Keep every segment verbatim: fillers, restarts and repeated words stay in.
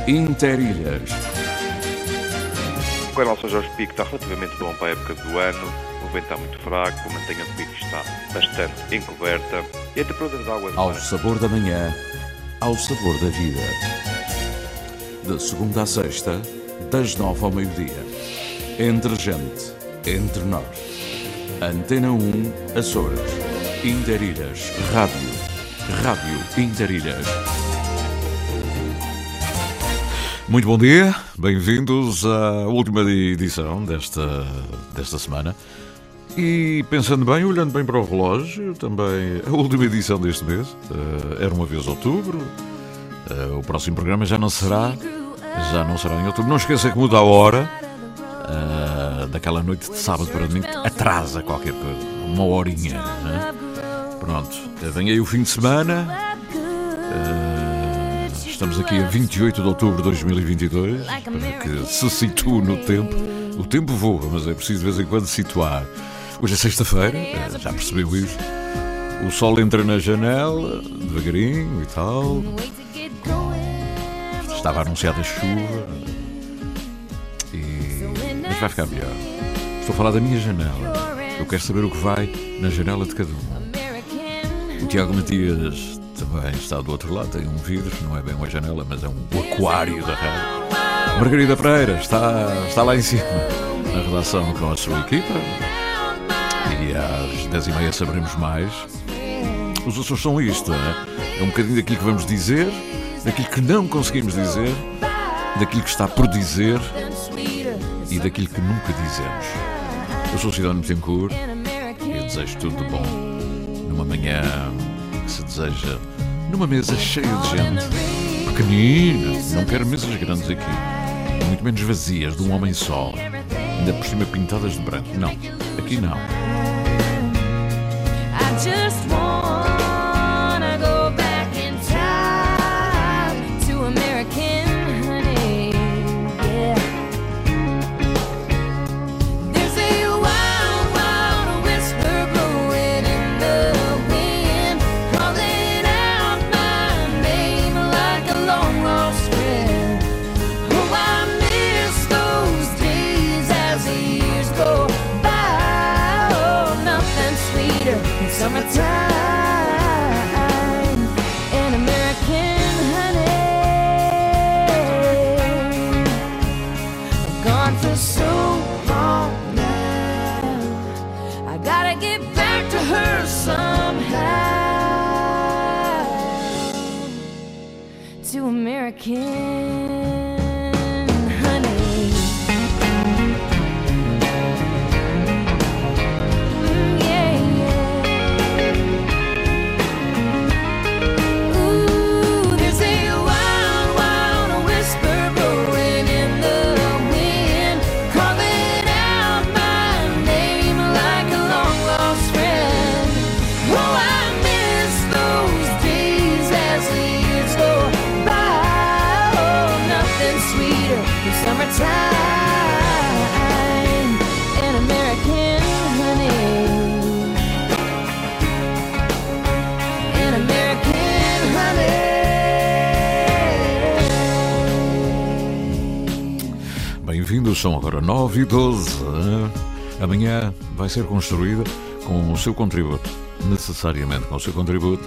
Interilhas. O canal São Jorge Pico está relativamente bom para a época do ano, o vento está muito fraco, a mantenha do pico está bastante encoberta e a temperatura da água... Ao sabor da manhã, ao sabor da vida. De segunda à sexta, das nove ao meio-dia. Entre gente, entre nós. Antena um, Açores. Interilhas Rádio. Rádio Interilhas. Muito bom dia, bem-vindos à última edição desta, desta semana. E pensando bem, olhando bem para o relógio, também a última edição deste mês. Uh, era uma vez outubro. Uh, o próximo programa já não será, já não será em outubro. Não esqueça que muda a hora uh, daquela noite de sábado para domingo. Atrasa qualquer coisa, uma horinha, né? Pronto, vem aí o fim de semana. Uh, Estamos aqui a vinte e oito de outubro de dois mil e vinte e dois, para que se situe no tempo. O tempo voa, mas é preciso de vez em quando situar. Hoje é sexta-feira, já percebeu isso. O sol entra na janela, devagarinho e tal. Estava anunciada a chuva. E... Mas vai ficar melhor. Estou a falar da minha janela. Eu quero saber o que vai na janela de cada um. O Tiago Matias também está do outro lado, tem um vidro, não é bem uma janela, mas é um aquário da rádio. Margarida Pereira está, está lá em cima, na redação com a sua equipa. E às dez e meia saberemos mais. Os Açores são isto, é? É um bocadinho daquilo que vamos dizer, daquilo que não conseguimos dizer, daquilo que está por dizer e daquilo que nunca dizemos. Eu sou o Cidadão Betancourt e eu desejo tudo de bom numa manhã que se deseja numa mesa cheia de gente pequenina, não quero mesas grandes aqui, muito menos vazias, de um homem só, ainda por cima pintadas de branco. Não, aqui não. São agora nove e doze. Amanhã vai ser construída com o seu contributo, necessariamente com o seu contributo,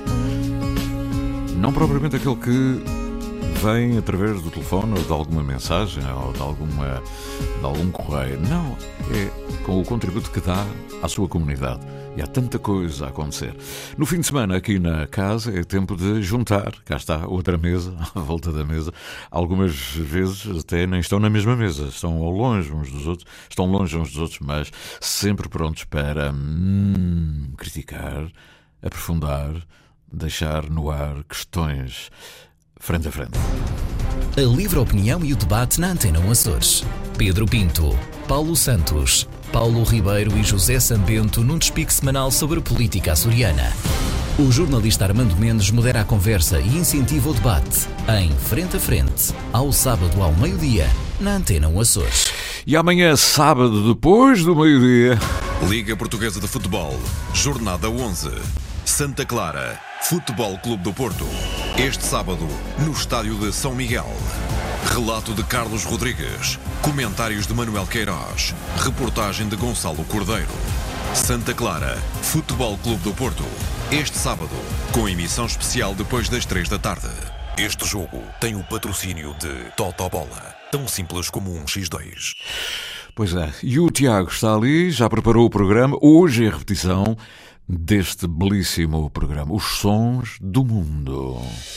não propriamente aquele que vem através do telefone ou de alguma mensagem ou de, alguma, de algum correio. Não, é com o contributo que dá à sua comunidade. E há tanta coisa a acontecer. No fim de semana, aqui na casa, é tempo de juntar. Cá está outra mesa, à volta da mesa. Algumas vezes até nem estão na mesma mesa. Estão ao longe uns dos outros. Estão longe uns dos outros, mas sempre prontos para hum, criticar, aprofundar, deixar no ar questões frente a frente. A livre opinião e o debate na Antena um Açores. Pedro Pinto, Paulo Santos, Paulo Ribeiro e José Sambento num despique semanal sobre a política açoriana. O jornalista Armando Mendes modera a conversa e incentiva o debate em Frente a Frente, ao sábado ao meio-dia, na Antena um Açores. E amanhã, sábado, depois do meio-dia... Liga Portuguesa de Futebol, Jornada onze. Santa Clara, Futebol Clube do Porto. Este sábado, no estádio de São Miguel. Relato de Carlos Rodrigues. Comentários de Manuel Queiroz. Reportagem de Gonçalo Cordeiro. Santa Clara, Futebol Clube do Porto. Este sábado, com emissão especial depois das três da tarde. Este jogo tem o patrocínio de Totobola. Tão simples como um xis dois. Pois é, e o Tiago está ali, já preparou o programa. Hoje é a repetição deste belíssimo programa, Os Sons do Mundo.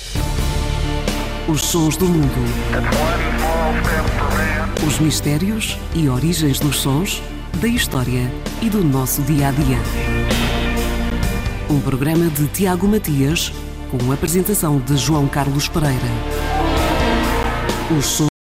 Os Sons do Mundo. Os mistérios e origens dos sons, da história e do nosso dia-a-dia. Um programa de Tiago Matias, com a apresentação de João Carlos Pereira. Os Sons.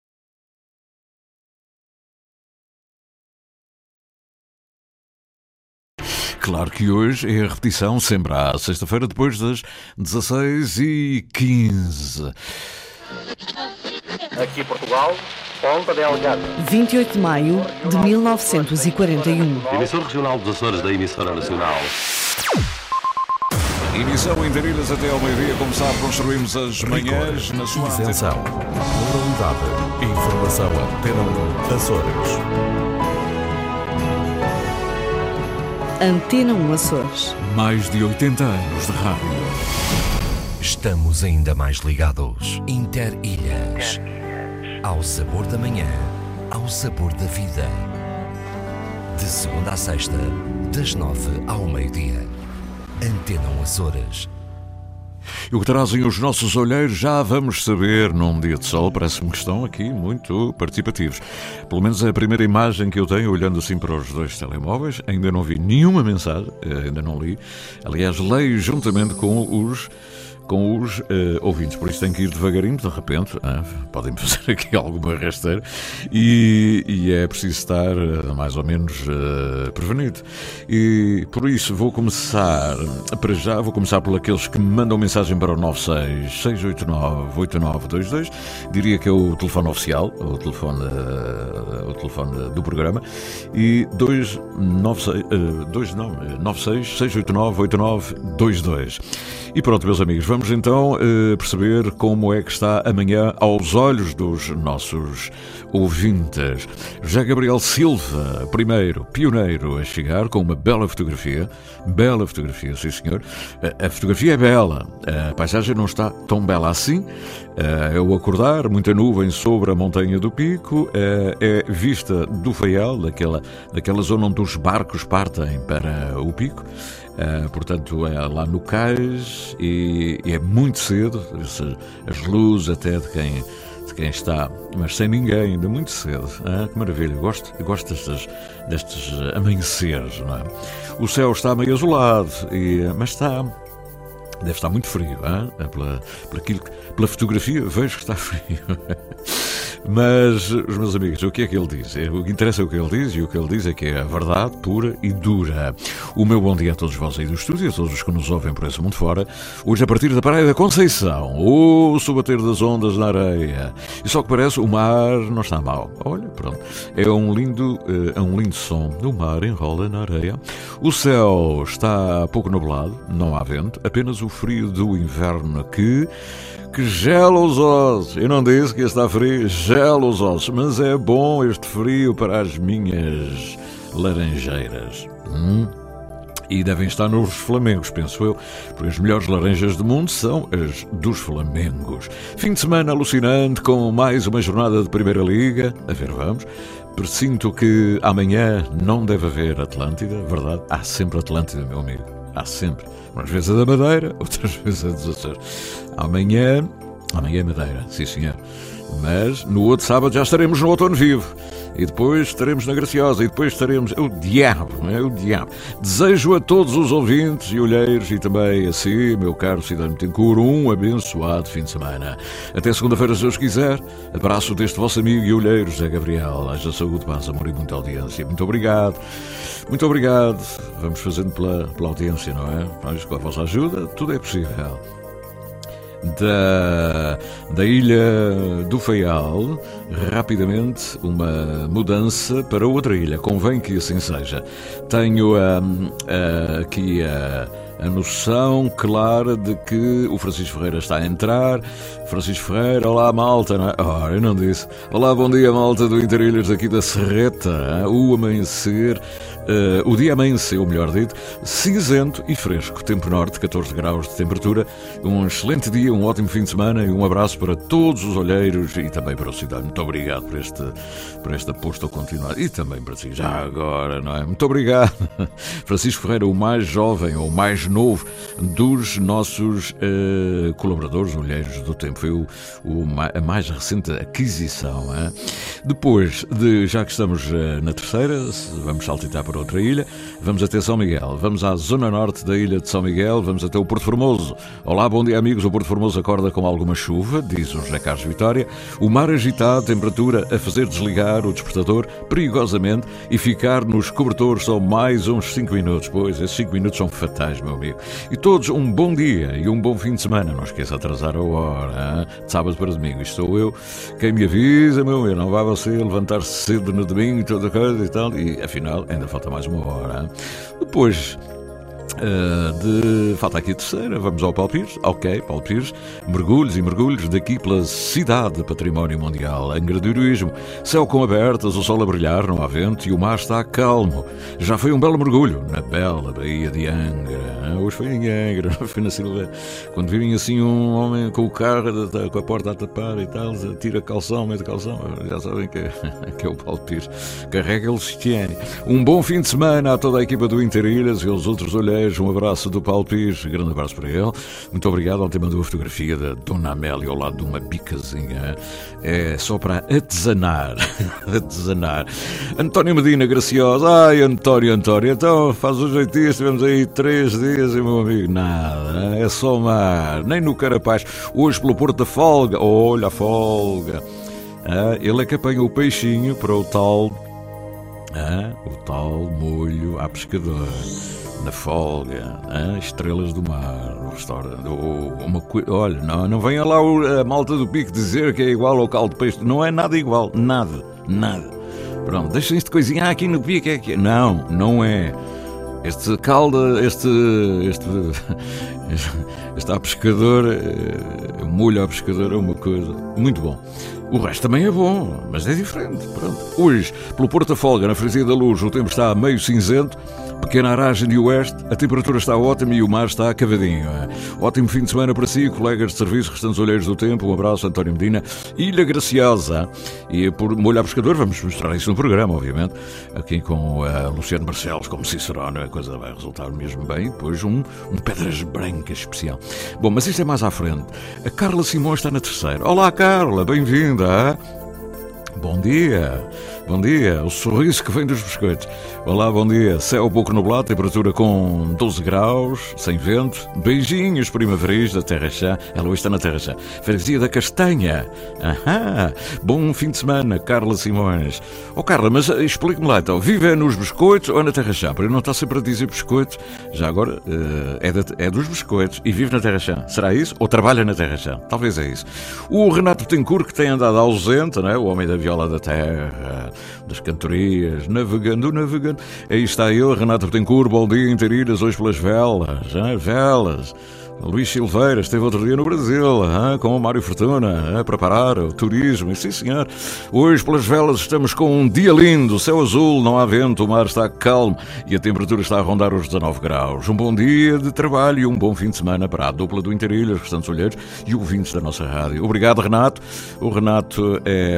Claro que hoje é a repetição, sempre à sexta-feira, depois das dezasseis e quinze. Aqui Portugal, Ponta Delgada. vinte e oito de maio de mil novecentos e quarenta e um. Emissora Regional dos Açores da Emissora Nacional. Emissão em Darilhas até ao meio-dia. Como sabe, construímos as manhãs na sua Isenção, moralidade, informação Antena um Açores. Antena um Açores. Mais de oitenta anos de rádio. Estamos ainda mais ligados. Interilhas. Ao sabor da manhã, ao sabor da vida. De segunda a sexta, das nove ao meio-dia. Antena um Açores. E o que trazem os nossos olheiros já vamos saber num dia de sol. Parece-me que estão aqui muito participativos. Pelo menos é a primeira imagem que eu tenho, olhando assim para os dois telemóveis. Ainda não vi nenhuma mensagem, ainda não li. Aliás, leio juntamente com os... com os uh, ouvintes, por isso tem que ir devagarinho, de repente, ah, podem fazer aqui alguma rasteira e, e é preciso estar uh, mais ou menos uh, prevenido. E por isso vou começar, para já, vou começar por aqueles que me mandam mensagem para o nove seis seis oito nove oito nove dois dois, diria que é o telefone oficial, o telefone, uh, o telefone do programa, e dois nove seis seis oito nove oito nove dois dois. E pronto, meus amigos, vamos então uh, perceber como é que está amanhã aos olhos dos nossos ouvintes. José Gabriel Silva, primeiro, pioneiro a chegar com uma bela fotografia. Bela fotografia, sim senhor. Uh, a fotografia é bela, a paisagem não está tão bela assim. Uh, é o acordar, muita nuvem sobre a montanha do Pico, uh, é vista do Faial, daquela, daquela zona onde os barcos partem para o Pico. Uh, portanto, é lá no cais e, e é muito cedo, as luzes até de quem, de quem está, mas sem ninguém, ainda muito cedo. Ah, que maravilha, gosto, gosto destes, destes amanheceres, não é? O céu está meio azulado, e, mas está, deve estar muito frio, ah? pela, pela, aquilo, pela fotografia vejo que está frio. Mas, os meus amigos, o que é que ele diz? O que interessa é o que ele diz, e o que ele diz é que é a verdade pura e dura. O meu bom dia a todos vós aí do estúdio, a todos os que nos ouvem por esse mundo fora. Hoje, a partir da Praia da Conceição, ouço o bater das ondas na areia. E só que parece, o mar não está mal. Olha, pronto. É um lindo, é um lindo som. O mar enrola na areia. O céu está pouco nublado, não há vento, apenas o frio do inverno que... que gela os ossos. Eu não disse que está frio, gela os ossos, mas é bom este frio para as minhas laranjeiras. Hum? E devem estar nos Flamengos, penso eu, porque as melhores laranjas do mundo são as dos Flamengos. Fim de semana alucinante com mais uma jornada de Primeira Liga. A ver, vamos. Presinto que amanhã não deve haver Atlântida, verdade? Há sempre Atlântida, meu amigo. Há sempre. Umas vezes a da Madeira, outras vezes a dos Açores. Amanhã, amanhã é Madeira, sim senhor. Mas no outro sábado já estaremos no Outono Vivo. E depois estaremos na Graciosa. E depois estaremos... É o diabo, é o diabo. Desejo a todos os ouvintes e olheiros e também a si, meu caro cidadão Betancourt, um abençoado fim de semana. Até segunda-feira, se Deus quiser. Abraço deste vosso amigo e olheiro, José Gabriel. Haja saúde, paz, amor e muita audiência. Muito obrigado. Muito obrigado. Vamos fazendo pela, pela audiência, não é? Mas com a vossa ajuda, tudo é possível. Da, da Ilha do Faial, rapidamente uma mudança para outra ilha. Convém que assim seja. Tenho um, uh, aqui a, a noção clara de que o Francisco Ferreira está a entrar. Francisco Ferreira, olá malta, não é? Oh, eu não disse. Olá, bom dia malta do Interilhas daqui da Serreta, hein? O amanhecer, uh, o dia amanheceu, melhor dito, cinzento e fresco, tempo norte, catorze graus de temperatura, um excelente dia, um ótimo fim de semana e um abraço para todos os olheiros e também para o cidade. Muito obrigado por este, por este aposto continuado e também para si, já agora, não é? Muito obrigado. Francisco Ferreira, o mais jovem ou mais novo dos nossos uh, colaboradores olheiros do tempo. Foi o, o, a mais recente aquisição. Hein? Depois, de, já que estamos uh, na terceira, vamos saltitar para outra ilha, vamos até São Miguel, vamos à zona norte da ilha de São Miguel, vamos até o Porto Formoso. Olá, bom dia amigos, o Porto Formoso acorda com alguma chuva, diz o José Carlos Vitória, o mar agitado, temperatura a fazer desligar o despertador perigosamente e ficar nos cobertores só mais uns cinco minutos. Pois, esses cinco minutos são fatais, meu amigo. E todos um bom dia e um bom fim de semana. Não esqueça de atrasar a hora, hein? De sábado para domingo. Isto sou eu quem me avisa, meu amigo. Não vai você levantar-se cedo no domingo e toda coisa e tal. E afinal, ainda falta mais uma hora, hein? Depois... Uh, de... falta aqui a terceira, vamos ao Paulo Pires. Ok, Paulo Pires, mergulhos e mergulhos daqui pela cidade de património mundial, Angra do Heroísmo, céu com abertas, o sol a brilhar, não há vento e o mar está calmo. Já foi um belo mergulho na bela Baía de Angra. Hoje foi em Angra, não foi na Silveira. Quando virem assim um homem com o carro com a porta a tapar e tal, tira calção, mete calção, já sabem que é, que é o Paulo Pires. Carrega o Cristiano. Um bom fim de semana a toda a equipa do Interilhas e aos outros olheiros. Um abraço do Paulo Pires, grande abraço para ele. Muito obrigado. Ontem mandou a fotografia da Dona Amélia ao lado de uma bicazinha. É só para artesanar. Artesanar. António Medina, graciosa. Ai, António, António. Então, faz o jeitinho. Estivemos aí três dias e, meu amigo, nada. É só mar. Nem no Carapaz. Hoje, pelo Porto da Folga. Olha a folga. Ah, ele é que apanha o peixinho para o tal... Ah, o tal molho à pescador. Na folga, hein? Estrelas do mar, no restaurante. Uma co... Olha, não, não venha lá a malta do Pico dizer que é igual ao caldo de peixe. Não é nada igual, nada, nada. Pronto, deixem isto de coisinha. Ah, aqui no Pico é que é. Não, não é. Este caldo, este. Este. Este a pescador, molho a pescador é uma coisa muito bom. O resto também é bom, mas é diferente. Pronto. Hoje, pelo Porto da Folga, na Freguesia da Luz, o tempo está meio cinzento. Pequena aragem de oeste, a temperatura está ótima e o mar está cavadinho. Ótimo fim de semana para si, colegas de serviço, restantes olheiros do tempo. Um abraço, António Medina. Ilha Graciosa. E por molho a pescador, vamos mostrar isso no programa, obviamente. Aqui com uh, Luciano Barcelos, como Cicerone, a coisa vai resultar mesmo bem. Depois um, um Pedras Brancas especial. Bom, mas isto é mais à frente. A Carla Simões está na terceira. Olá, Carla, bem-vinda. Bom dia, bom dia, o sorriso que vem dos biscoitos. Olá, bom dia, céu pouco nublado, temperatura com doze graus, sem vento. Beijinhos primaveris da Terra Chá. Ela hoje está na Terra Chá. Freguesia da Castanha. Ahá, bom fim de semana, Carla Simões. Oh Carla, mas explique-me lá então, vive nos biscoitos ou na Terra Chá? Para eu não estar sempre a dizer biscoitos. Já agora, é, de, é dos biscoitos e vive na Terra Chá. Será isso? Ou trabalha na Terra Chá? Talvez é isso. O Renato Betancourt, que tem andado ausente, não é? O homem da viola da terra, das cantorias, navegando, navegando. Aí está ele, Renato Betancourt, bom dia, Interilhas, hoje pelas velas, hein? Velas. Luís Silveira esteve outro dia no Brasil, hein? Com o Mário Fortuna, a preparar o turismo, e sim senhor. Hoje pelas velas estamos com um dia lindo, céu azul, não há vento, o mar está calmo e a temperatura está a rondar os dezanove graus. Um bom dia de trabalho e um bom fim de semana para a dupla do Interilhas, restantes olheiros e ouvintes da nossa rádio. Obrigado, Renato. O Renato é...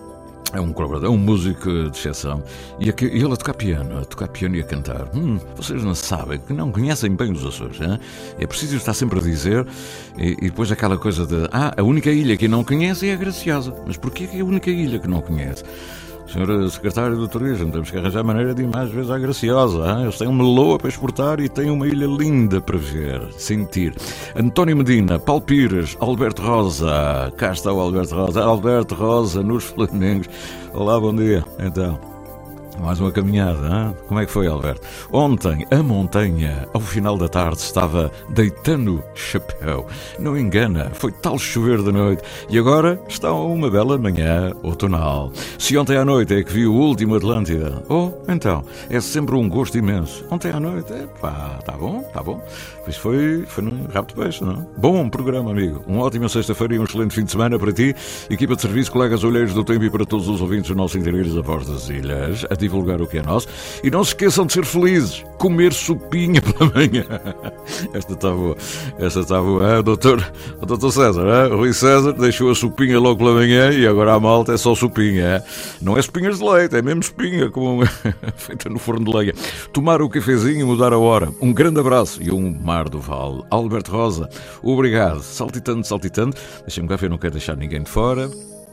É um colaborador, é um músico de exceção. E ele a tocar piano, a tocar piano e a cantar. Hum, vocês não sabem, que não conhecem bem os Açores, hein? É preciso estar sempre a dizer. E, e depois aquela coisa de... Ah, a única ilha que não conhece é a Graciosa. Mas porquê que é a única ilha que não conhece? senhora Secretária do Turismo, temos que arranjar maneira de ir mais vezes à Graciosa. Hein? Eles têm uma loa para exportar e têm uma ilha linda para ver, sentir. António Medina, Paulo Pires, Alberto Rosa. Cá está o Alberto Rosa. Alberto Rosa nos Flamengos. Olá, bom dia. Então, Mais uma caminhada, hein? Como é que foi, Alberto? Ontem, a montanha, ao final da tarde, estava deitando chapéu. Não engana, foi tal chover de noite. E agora está uma bela manhã outonal. Se ontem à noite é que vi o último Atlântida, oh, então, é sempre um gosto imenso. Ontem à noite, é pá, tá bom, tá bom. Pois foi, foi num rabo de peixe, não é? Bom programa, amigo. Uma ótima sexta-feira e um excelente fim de semana para ti, equipa de serviço, colegas olheiros do tempo e para todos os ouvintes do nosso interiores a voz das ilhas, a divulgar o que é nosso. E não se esqueçam de ser felizes, comer sopinha pela manhã. Esta está boa, esta está boa. Ah, doutor, o doutor César, ah, o Rui César deixou a sopinha logo pela manhã e agora a malta é só sopinha. Ah? Não é sopinhas de leite, é mesmo sopinha, como feita no forno de lenha. Tomar o cafezinho e mudar a hora. Um grande abraço e um mar do Val. Alberto Rosa, obrigado. Saltitando, saltitando. Deixa-me cá ver, não quero deixar ninguém de fora.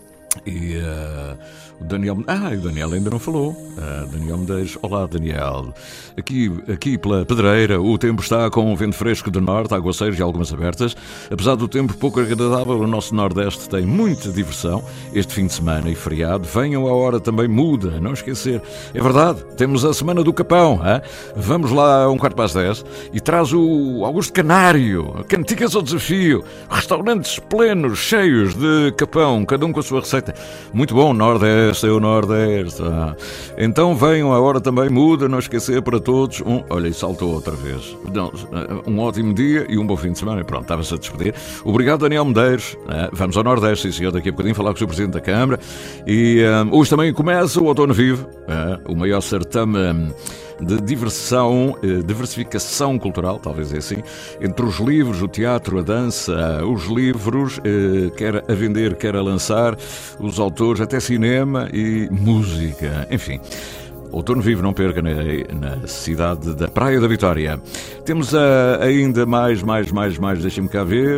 E uh, o Daniel... Ah, o Daniel ainda não falou. Uh, Daniel Medeiros. Olá, Daniel. Aqui, aqui pela Pedreira, o tempo está com um vento fresco do norte, aguaceiros e algumas abertas. Apesar do tempo pouco agradável, o nosso Nordeste tem muita diversão este fim de semana e feriado. Venham, a hora também muda, não esquecer. É verdade, temos a Semana do Capão. Hein? Vamos lá a um quarto para as dez e traz o Augusto Canário. Cantigas ao desafio. Restaurantes plenos, cheios de capão, cada um com a sua receita. Muito bom, Nordeste é o Nordeste. Ah. Então venham, a hora também muda, não esquecer para todos. Um, olha, e saltou outra vez. Não, um ótimo dia e um bom fim de semana. E pronto, estava-se a despedir. Obrigado, Daniel Medeiros. Ah, vamos ao Nordeste, sim, senhor, daqui a bocadinho falar com o senhor Presidente da Câmara. E um, hoje também começa o Outono Vivo, ah, o maior certame um, de diversão, diversificação cultural, talvez é assim, entre os livros, o teatro, a dança, os livros, quer a vender, quer a lançar, os autores, até cinema e música, enfim. Outono Vivo, não perca, na, na cidade da Praia da Vitória. Temos uh, ainda mais, mais, mais, mais, deixem-me cá ver.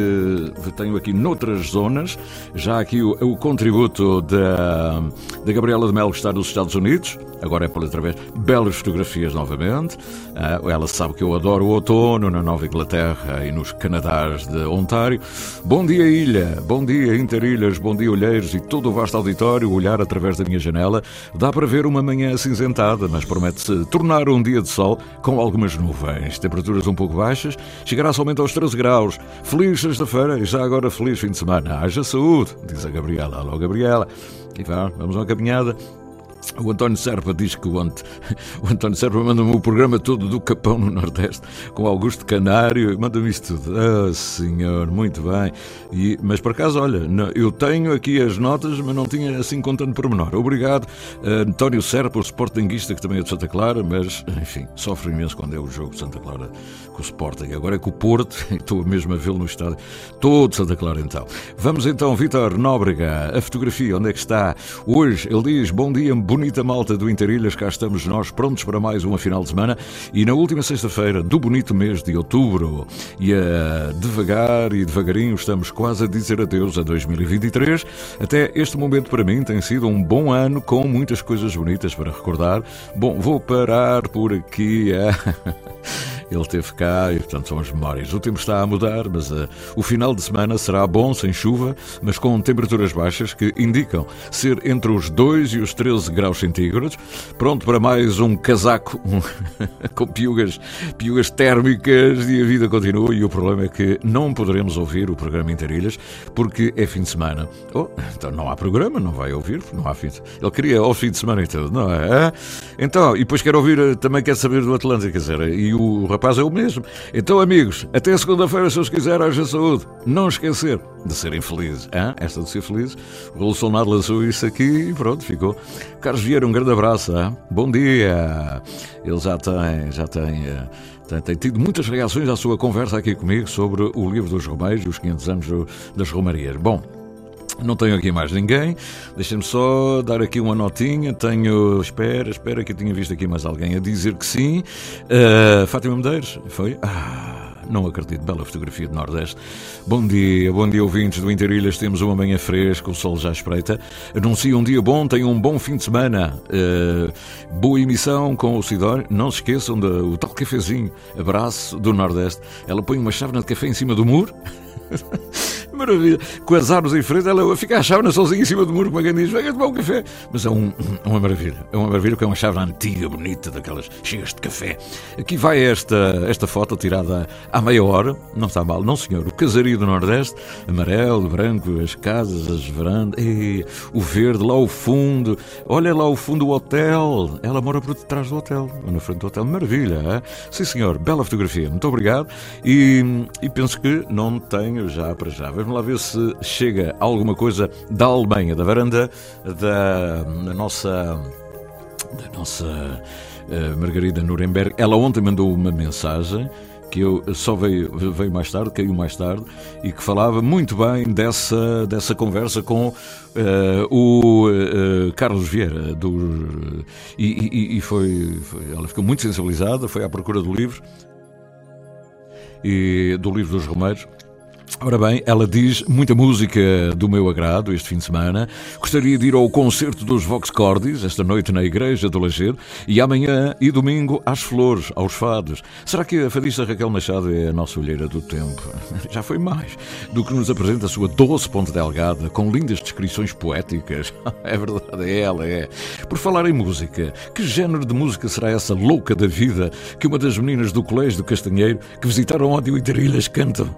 Uh, tenho aqui noutras zonas, já aqui o, o contributo da, da Gabriela de Melo, que está nos Estados Unidos. Agora é por através de belas fotografias novamente. Uh, ela sabe que eu adoro o outono na Nova Inglaterra e nos Canadás de Ontário. Bom dia, ilha. Bom dia, Interilhas. Bom dia, olheiros e todo o vasto auditório. Olhar através da minha janela. Dá para ver uma manhã acinzentada, mas promete-se tornar um dia de sol com algumas nuvens. Temperaturas um pouco baixas. Chegará somente aos treze graus. Feliz sexta-feira e já agora feliz fim de semana. Haja saúde, diz a Gabriela. Alô, Gabriela. E vá, vamos a uma caminhada. O António Serpa diz que o, Ant... o António Serpa manda-me o programa todo do Capão no Nordeste, com Augusto Canário, manda-me isto tudo. Ah, senhor, muito bem. E... Mas por acaso, olha, eu tenho aqui as notas, mas não tinha assim com tanto pormenor. Obrigado, António Serpa, o sportinguista, que também é de Santa Clara, mas, enfim, sofre imenso quando é o jogo de Santa Clara com o Sporting. Agora é com o Porto, estou mesmo a vê-lo no estádio, todo Santa Clara então. Vamos então, Vítor Nóbrega, a fotografia, onde é que está? Hoje, ele diz, bom dia, bonita malta do Interilhas, cá estamos nós prontos para mais uma final de semana e na última sexta-feira do bonito mês de outubro e a devagar e devagarinho estamos quase a dizer adeus a dois mil e vinte e três. Até este momento para mim tem sido um bom ano com muitas coisas bonitas para recordar. Bom, vou parar por aqui. Ele esteve cá e, portanto, são as memórias. O tempo está a mudar, mas uh, o final de semana será bom, sem chuva, mas com temperaturas baixas que indicam ser entre os dois e os treze graus centígrados. Pronto para mais um casaco um, com piugas, piugas térmicas e a vida continua. E o problema é que não poderemos ouvir o programa Interilhas porque é fim de semana. Oh, então não há programa, não vai ouvir, não há fim de... Ele queria ao fim de semana e tudo, não é? Então, e depois quer ouvir, também quer saber do Atlântico, quer dizer, e o rapaz é o mesmo. Então, amigos, até segunda-feira, se os quiser, haja saúde. Não esquecer de serem felizes. Hein? Esta de ser feliz. O Raul Solnado lançou isso aqui e pronto, ficou. Carlos Vieira, um grande abraço. Hein? Bom dia. Ele já tem, já tem, tem, tem tido muitas reações à sua conversa aqui comigo sobre o livro dos Romeiros e os quinhentos anos das Romarias. Bom, não tenho aqui mais ninguém. Deixem-me só dar aqui uma notinha. Tenho... Espera, espera que eu tinha visto aqui mais alguém a dizer que sim. Uh, Fátima Medeiros, foi? Ah, não acredito. Bela fotografia de Nordeste. Bom dia, bom dia, ouvintes do Interilhas. Temos uma manhã fresca, o sol já espreita. Anuncia um dia bom, tenham um bom fim de semana. Uh, boa emissão com o Sidónio. Não se esqueçam do tal cafezinho. Abraço do Nordeste. Ela põe uma chávena de café em cima do muro. maravilha. Com as árvores em frente, ela fica a chávena sozinha em cima do muro, como alguém diz, venha tomar um café. Mas é um, uma maravilha, é uma maravilha, porque é uma chávena antiga, bonita, daquelas cheias de café. Aqui vai esta, esta foto tirada há meia hora, não está mal, não senhor, o casario do Nordeste, amarelo, branco, as casas, as verandas, e o verde, lá ao fundo, olha lá ao fundo o hotel, ela mora por detrás do hotel, na frente do hotel, maravilha, é? Sim senhor, bela fotografia, muito obrigado, e, e penso que não tenho já para já, vamos lá ver se chega alguma coisa da Alemanha, da varanda da, da nossa, da nossa uh, Margarida Nuremberg. Ela ontem mandou uma mensagem que eu só veio, veio mais tarde, caiu mais tarde, e que falava muito bem dessa, dessa conversa com uh, o uh, Carlos Vieira, do, e, e, e foi, foi, ela ficou muito sensibilizada, foi à procura do livro, e do livro dos Romeiros. Ora bem, ela diz, muita música do meu agrado este fim de semana. Gostaria de ir ao concerto dos Vox Cordis, esta noite na Igreja do Lajedo, e amanhã e domingo às flores, aos fados. Será que a fadista Raquel Machado é a nossa olheira do tempo? Já foi mais do que nos apresenta a sua doce ponte delgada, com lindas descrições poéticas. É verdade, é ela, é. Por falar em música, que género de música será essa louca da vida que uma das meninas do Colégio do Castanheiro, que visitaram ontem o Interilhas, cantam?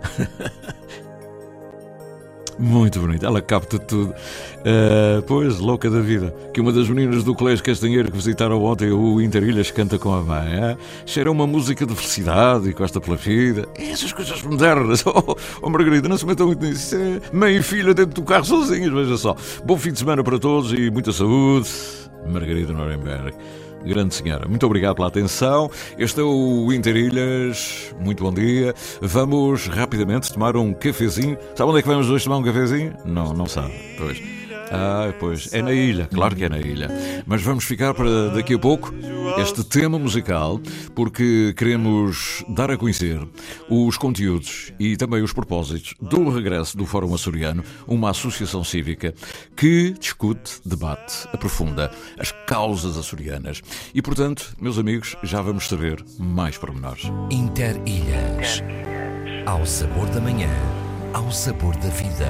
Muito bonito, ela capta tudo. Uh, pois, louca da vida. Que uma das meninas do Colégio Castanheiro que visitaram ontem o Interilhas canta com a mãe. É? Cheira uma música de felicidade e costa pela vida. E essas coisas modernas. Oh, oh Margarida, não se metam muito nisso. É mãe e filha dentro do carro sozinhas, veja só. Bom fim de semana para todos e muita saúde. Margarida Nuremberg. Grande senhora, muito obrigado pela atenção. Este é o Interilhas. Muito bom dia. Vamos rapidamente tomar um cafezinho. Sabe onde é que vamos hoje tomar um cafezinho? Não, não sabe. Pois. Ah, pois. É na ilha. Claro que é na ilha. Mas vamos ficar para daqui a pouco este tema musical, porque queremos dar a conhecer os conteúdos e também os propósitos do regresso do Fórum Açoriano, uma associação cívica que discute, debate, aprofunda as causas açorianas. E, portanto, meus amigos, já vamos saber mais pormenores. Interilhas. Ao sabor da manhã, ao sabor da vida.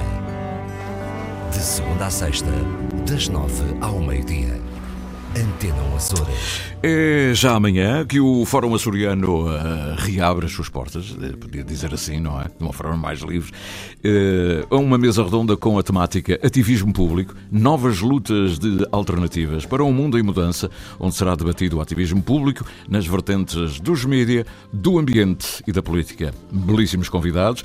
De segunda a sexta, das nove ao meio-dia. Antena Açores. É já amanhã que o Fórum Açoriano uh, reabre as suas portas, podia dizer assim, não é? De uma forma mais livre. Uh, uma mesa redonda com a temática Ativismo Público, novas lutas de alternativas para um mundo em mudança, onde será debatido o ativismo público nas vertentes dos mídia, do ambiente e da política. Belíssimos convidados.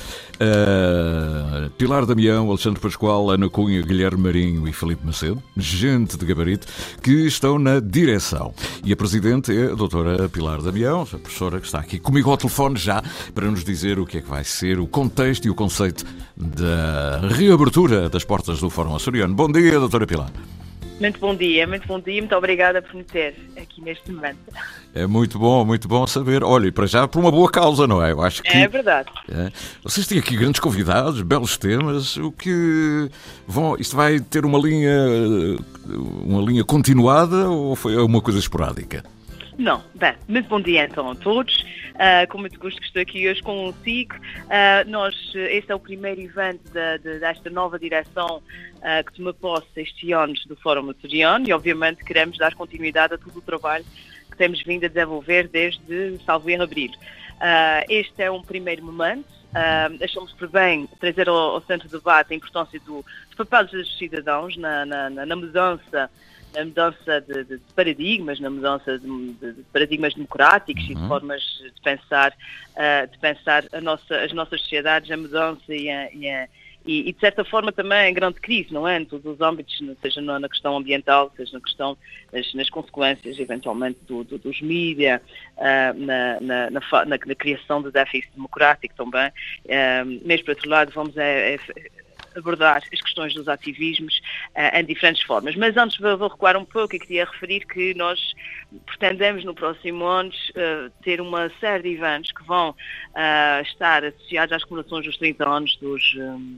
Uh, Pilar Damião, Alexandre Pascoal, Ana Cunha, Guilherme Marinho e Filipe Macedo, gente de gabarito, que estão na direção. E a Presidente é a doutora Pilar Damião, a professora que está aqui comigo ao telefone já para nos dizer o que é que vai ser o contexto e o conceito da reabertura das portas do Fórum Açoriano. Bom dia, doutora Pilar. Muito bom dia, muito bom dia, muito obrigada por me ter aqui neste momento. É muito bom, muito bom saber. Olha, e para já por uma boa causa, não é? Eu acho que... É verdade. É. Vocês têm aqui grandes convidados, belos temas, o que vão... Isto vai ter uma linha, uma linha continuada ou foi uma coisa esporádica? Não, bem, muito bom dia então a todos. Uh, com muito gosto que estou aqui hoje consigo. Uh, nós, este é o primeiro evento de, de, desta nova direção uh, que toma posse este ano do Fórum Açoriano e obviamente queremos dar continuidade a todo o trabalho que temos vindo a desenvolver desde salvo erro abril. Uh, este é um primeiro momento. Uh, achamos por bem trazer ao, ao centro do debate a importância do, dos papéis dos cidadãos na, na, na mudança na mudança de, de, de paradigmas, na mudança de, de, de paradigmas democráticos uhum. e de formas de pensar, uh, de pensar a nossa, as nossas sociedades, a mudança e, a, e, a, e, e de certa forma também em grande crise, não é? Em todos os âmbitos, seja na questão ambiental, seja na questão das nas consequências eventualmente do, do, dos mídia, uh, na, na, na, na, na criação de déficit democrático também. Uh, mesmo por outro lado, vamos a, a abordar as questões dos ativismos uh, em diferentes formas. Mas antes vou, vou recuar um pouco e queria referir que nós pretendemos no próximo ano uh, ter uma série de eventos que vão uh, estar associados às comemorações dos trinta anos dos, um, do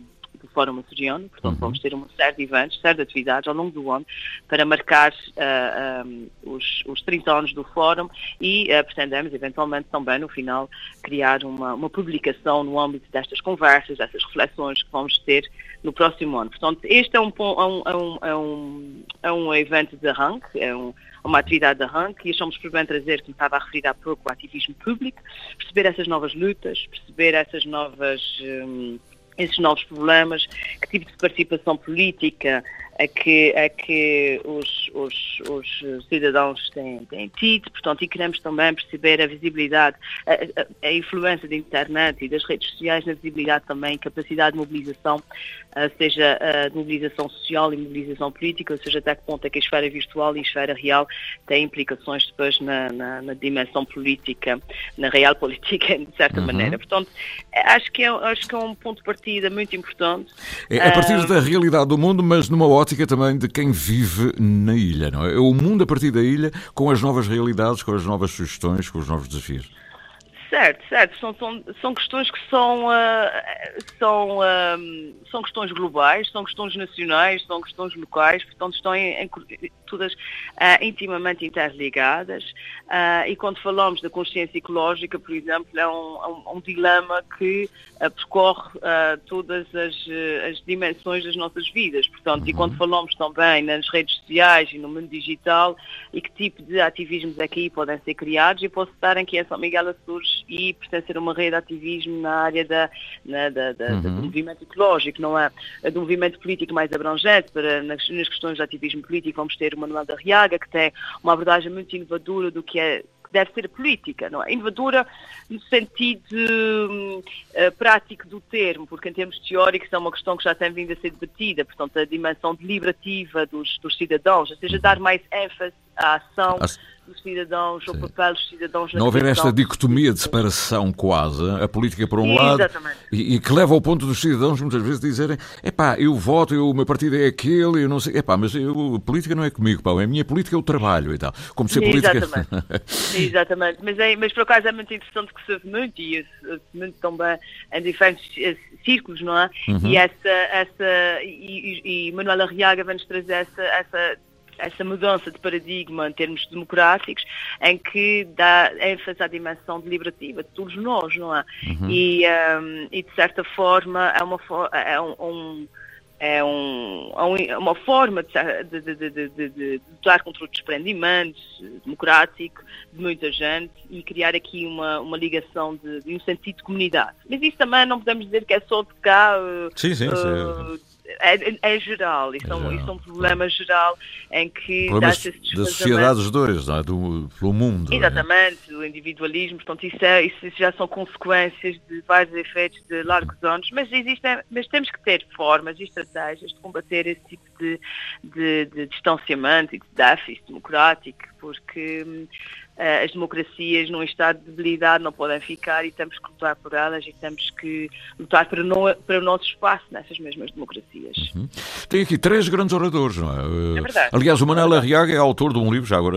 Fórum Açoriano, portanto Uhum. vamos ter uma série de eventos, série de atividades ao longo do ano para marcar uh, um, os, os trinta anos do Fórum e uh, pretendemos eventualmente também no final criar uma, uma publicação no âmbito destas conversas, dessas reflexões que vamos ter no próximo ano. Portanto, este é um, é um, é um, é um, é um evento de arranque, é um, uma atividade de arranque e achamos por bem trazer, como estava a referir há pouco, o ativismo público, perceber essas novas lutas, perceber essas novas, um, esses novos problemas, que tipo de participação política é que, é que os, os, os cidadãos têm, têm tido, portanto, e queremos também perceber a visibilidade, a, a, a influência da internet e das redes sociais na visibilidade também, capacidade de mobilização, uh, seja a uh, mobilização social e mobilização política, ou seja, até que ponto é que a esfera virtual e a esfera real têm implicações depois na, na, na dimensão política, na real política, de certa Uhum. maneira. Portanto, acho que, é, acho que é um ponto de partida muito importante. É a partir Uh, da realidade do mundo, mas numa ótica também de quem vive na ilha, não é? É o mundo a partir da ilha, com as novas realidades, com as novas sugestões, com os novos desafios. Certo, certo. São, são, são questões que são, uh, são, uh, são questões globais, são questões nacionais, são questões locais, portanto estão em, em, todas uh, intimamente interligadas. Uh, e quando falamos da consciência ecológica, por exemplo, é um, um, um dilema que uh, percorre uh, todas as, as dimensões das nossas vidas. Portanto, uhum. E quando falamos também nas redes sociais e no mundo digital, e que tipo de ativismos é que aí podem ser criados, eu posso estar em que em São Miguel Açores e pertencer a uma rede de ativismo na área da, na, da, da, uhum. do movimento ecológico, não é? Do movimento político mais abrangente. Para, nas, nas questões de ativismo político vamos ter o Manuel da Riaga, que tem uma abordagem muito inovadora do que é deve ser a política, não é? Inovadora no sentido uh, prático do termo, porque em termos teóricos é uma questão que já tem vindo a ser debatida, portanto a dimensão deliberativa dos, dos cidadãos, ou seja, dar mais ênfase à ação As... dos cidadãos, ao papel dos cidadãos na não haver criação. Esta dicotomia de separação quase, a política por um lado, e, e que leva ao ponto dos cidadãos muitas vezes dizerem, epá, eu voto, eu, o meu partido é aquele, eu não sei, epá, mas eu, a política não é comigo, pá, a minha política é o trabalho e tal, como se a política... Exatamente, exatamente, mas, é, mas por acaso é muito interessante que se ouve muito, e se ouve muito também em diferentes círculos, não é? Uhum. E essa, essa, e, e, e Manuel Arriaga vai-nos trazer essa, essa essa mudança de paradigma em termos democráticos, em que dá ênfase à dimensão deliberativa de todos nós, não é? Uhum. E, um, e, de certa forma, é uma, é um, um, é um, é uma forma de, de, de, de, de, de lutar contra o desprendimento democrático de muita gente e criar aqui uma, uma ligação de, de um sentido de comunidade. Mas isso também não podemos dizer que é só de cá... Sim, sim, uh, sim. É, é geral, isso é, um, isso é um problema geral em que problemas da sociedade dos dois, não é? Do, pelo mundo. Exatamente, é? O individualismo, portanto isso, é, isso já são consequências de vários efeitos de largos anos, mas, existem, mas temos que ter formas e estratégias de combater esse tipo de, de, de distanciamento e de déficit democrático, porque uh, as democracias num estado de debilidade não podem ficar e temos que lutar por elas e temos que lutar para, no, para o nosso espaço nessas mesmas democracias. Uhum. Tem aqui três grandes oradores, não é? É verdade. Aliás, o Manuel Arriaga é autor de um livro, já agora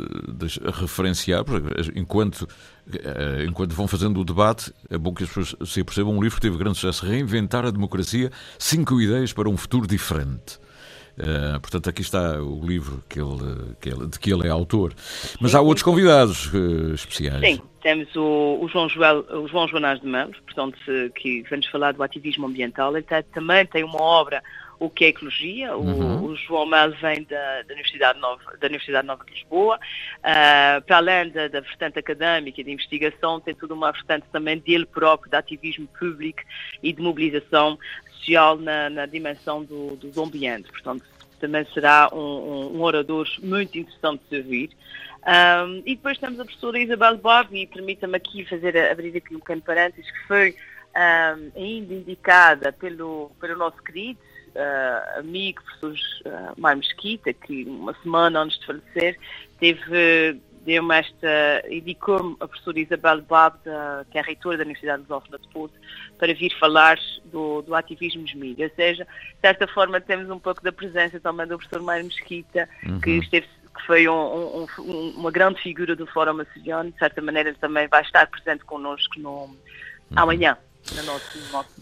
a referenciar, enquanto, enquanto vão fazendo o debate, é bom que as pessoas se percebam, um livro que teve grande sucesso, Reinventar a Democracia, cinco ideias para um futuro diferente. Uh, portanto, aqui está o livro que ele, que ele, de que ele é autor. Mas sim, há outros convidados uh, especiais. Sim, temos o, o João Joel, o João Joanás de Melo, portanto, que vem-nos falar do ativismo ambiental. Ele tem, também tem uma obra, O que é Ecologia. Uhum. O, o João Melo vem da, da, Universidade Nova, da Universidade Nova de Lisboa. Uh, para além da, da vertente académica e de investigação, tem toda uma vertente também dele próprio, de ativismo público e de mobilização social na, na dimensão do, do ambiente. Portanto, também será um, um, um orador muito interessante de ouvir. Um, e depois temos a professora Isabel Bob, e permita-me aqui fazer, abrir aqui um pequeno parênteses, que foi um, ainda indicada pelo, pelo nosso querido uh, amigo, professor uh, Mário Mesquita, que uma semana antes de falecer teve... deu-me esta, indicou-me a professora Isabel Bab, que é a reitora da Universidade de Lusófona de Porto, para vir falar do, do ativismo nos mídias. Ou seja, de certa forma temos um pouco da presença também do professor Mário Mesquita, uhum. que, esteve, que foi um, um, um, uma grande figura do Fórum Açoriano, de certa maneira também vai estar presente connosco no, uhum. amanhã, no nosso, no nosso debate.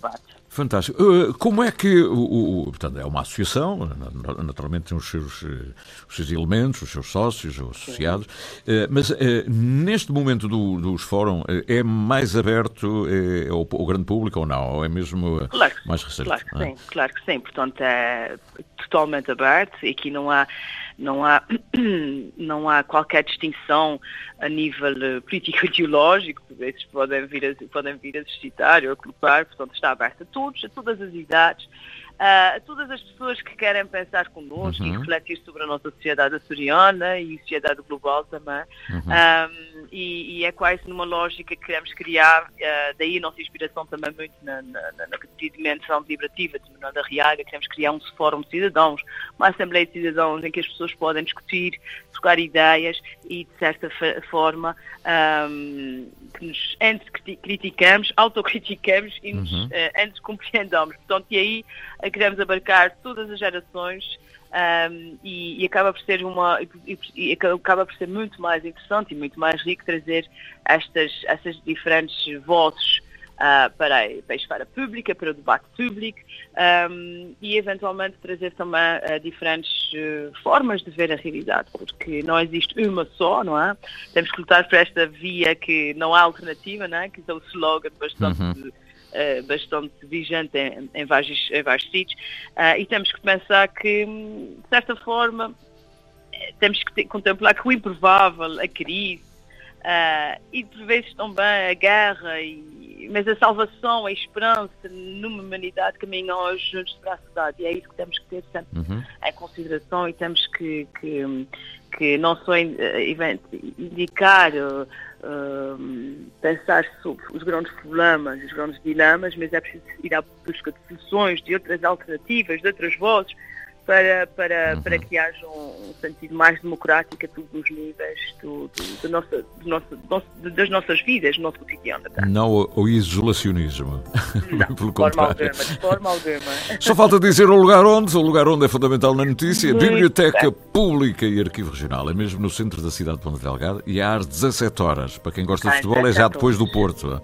Fantástico. Uh, como é que, o, o, portanto, é uma associação, naturalmente tem os seus, os seus elementos, os seus sócios, os associados, uh, mas uh, neste momento do, dos fóruns, uh, é mais aberto uh, ao, ao grande público ou não? Ou é mesmo uh, claro, mais recente? Claro que ah? sim, claro que sim. Portanto, é totalmente aberto e aqui não há, não há, não há qualquer distinção a nível uh, político-ideológico, esses podem vir a, podem vir a suscitar ou a colocar, portanto está aberto a todos, a todas as idades, uh, a todas as pessoas que querem pensar connosco uhum. e refletir sobre a nossa sociedade açoriana e a sociedade global também. Uhum. Um, e, e é quase numa lógica que queremos criar, uh, daí a nossa inspiração também muito na, na, na, na dimensão deliberativa de Manuel da Riaga, queremos criar um fórum de cidadãos, uma assembleia de cidadãos em que as pessoas podem discutir, trocar ideias e, de certa forma, um, que nos antes criticamos, autocriticamos e nos, uhum. uh, antes compreendamos. Portanto, e aí uh, queremos abarcar todas as gerações um, e, e acaba por ser uma e, e acaba por ser muito mais interessante e muito mais rico trazer estas, estas diferentes vozes Uh, para, para a esfera pública, para o debate público um, e eventualmente trazer também uh, diferentes uh, formas de ver a realidade, porque não existe uma só, não é? Temos que lutar por esta via que não há alternativa, não é? Que é o slogan bastante, uhum. uh, bastante vigente em, em, vários, em vários sítios uh, e temos que pensar que, de certa forma, temos que ter, contemplar que o improvável, a crise uh, e por vezes também a guerra e mas a salvação, a esperança numa humanidade caminham hoje juntos para a cidade e é isso que temos que ter sempre uhum. em consideração e temos que, que, que não só indicar, uh, uh, pensar sobre os grandes problemas, os grandes dilemas, mas é preciso ir à busca de soluções, de outras alternativas, de outras vozes, para, para, uhum. para que haja um, um sentido mais democrático a todos os níveis do, do, do nosso, do nosso, do nosso, das nossas vidas, do nosso cotidiano. Tá? Não o, o isolacionismo. Não, pelo de forma contrário. alguma, de forma alguma. Só falta dizer o lugar onde, o lugar onde é fundamental na notícia, Muito Biblioteca bem. Pública e Arquivo Regional, é mesmo no centro da cidade de Ponta Delgada e às dezassete horas. Para quem gosta de Ah, futebol é já depois do Porto.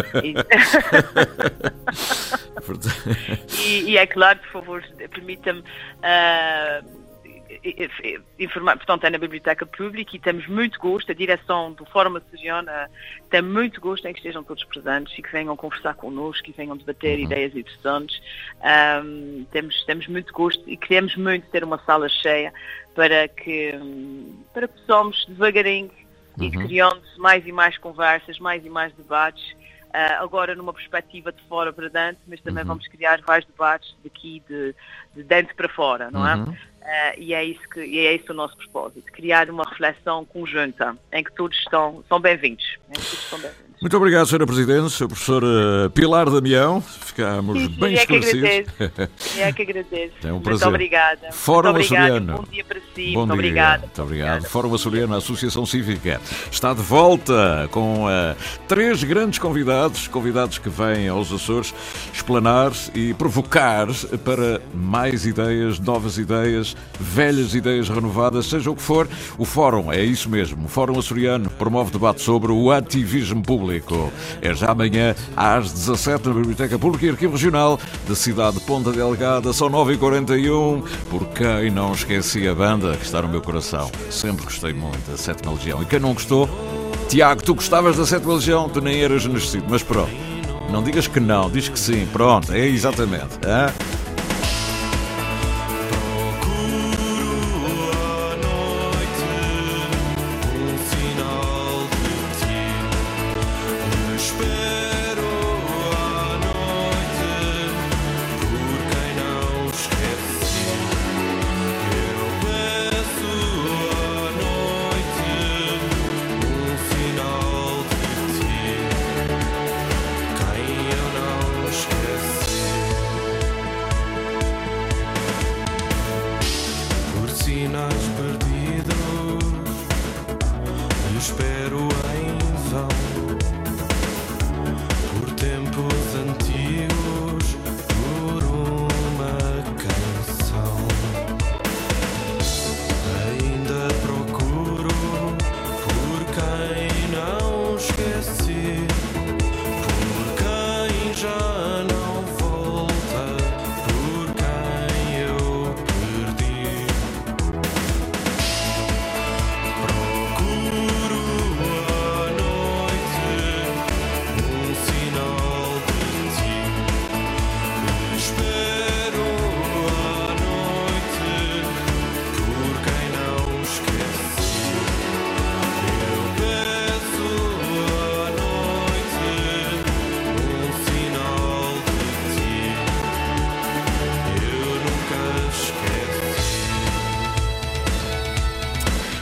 e, e é claro, por favor, permita-me uh, informar, portanto é na Biblioteca Pública e temos muito gosto, a direção do Fórum Açoriano tem muito gosto em que estejam todos presentes e que venham conversar connosco e venham debater uhum. ideias interessantes. Um, temos, temos muito gosto e queremos muito ter uma sala cheia para que, para que possamos devagarinho uhum. ir criando mais e mais conversas, mais e mais debates. Uh, agora numa perspectiva de fora para dentro, mas também uhum. vamos criar vários debates daqui de, de dentro para fora, não é? Uhum. Uh, e, é isso que, e é esse o nosso propósito, criar uma reflexão conjunta em que todos estão, são bem-vindos. Em que todos estão bem-vindos. Muito obrigado, senhora Presidente, senhora Professora Pilar Damião. Ficamos sim, bem sim, esclarecidos. É que agradeço. É um prazer. Muito obrigada. Fórum muito obrigada. Açoriano. Bom dia para si. Bom muito dia. obrigada. Muito obrigado. Fórum Açoriano, a Associação Cívica, está de volta com uh, três grandes convidados, convidados que vêm aos Açores explanar e provocar para mais ideias, novas ideias, velhas ideias renovadas, seja o que for. O Fórum é isso mesmo. O Fórum Açoriano promove debate sobre o ativismo público. É já amanhã às dezassete na Biblioteca Pública e Arquivo Regional da cidade de Ponta Delgada. São nove e quarenta e um. Por quem não esqueci a banda que está no meu coração. Sempre gostei muito da Sétima Legião. E quem não gostou, Tiago, tu gostavas da Sétima Legião, tu nem eras nascido. Mas pronto, não digas que não, diz que sim. Pronto, é exatamente. Hein?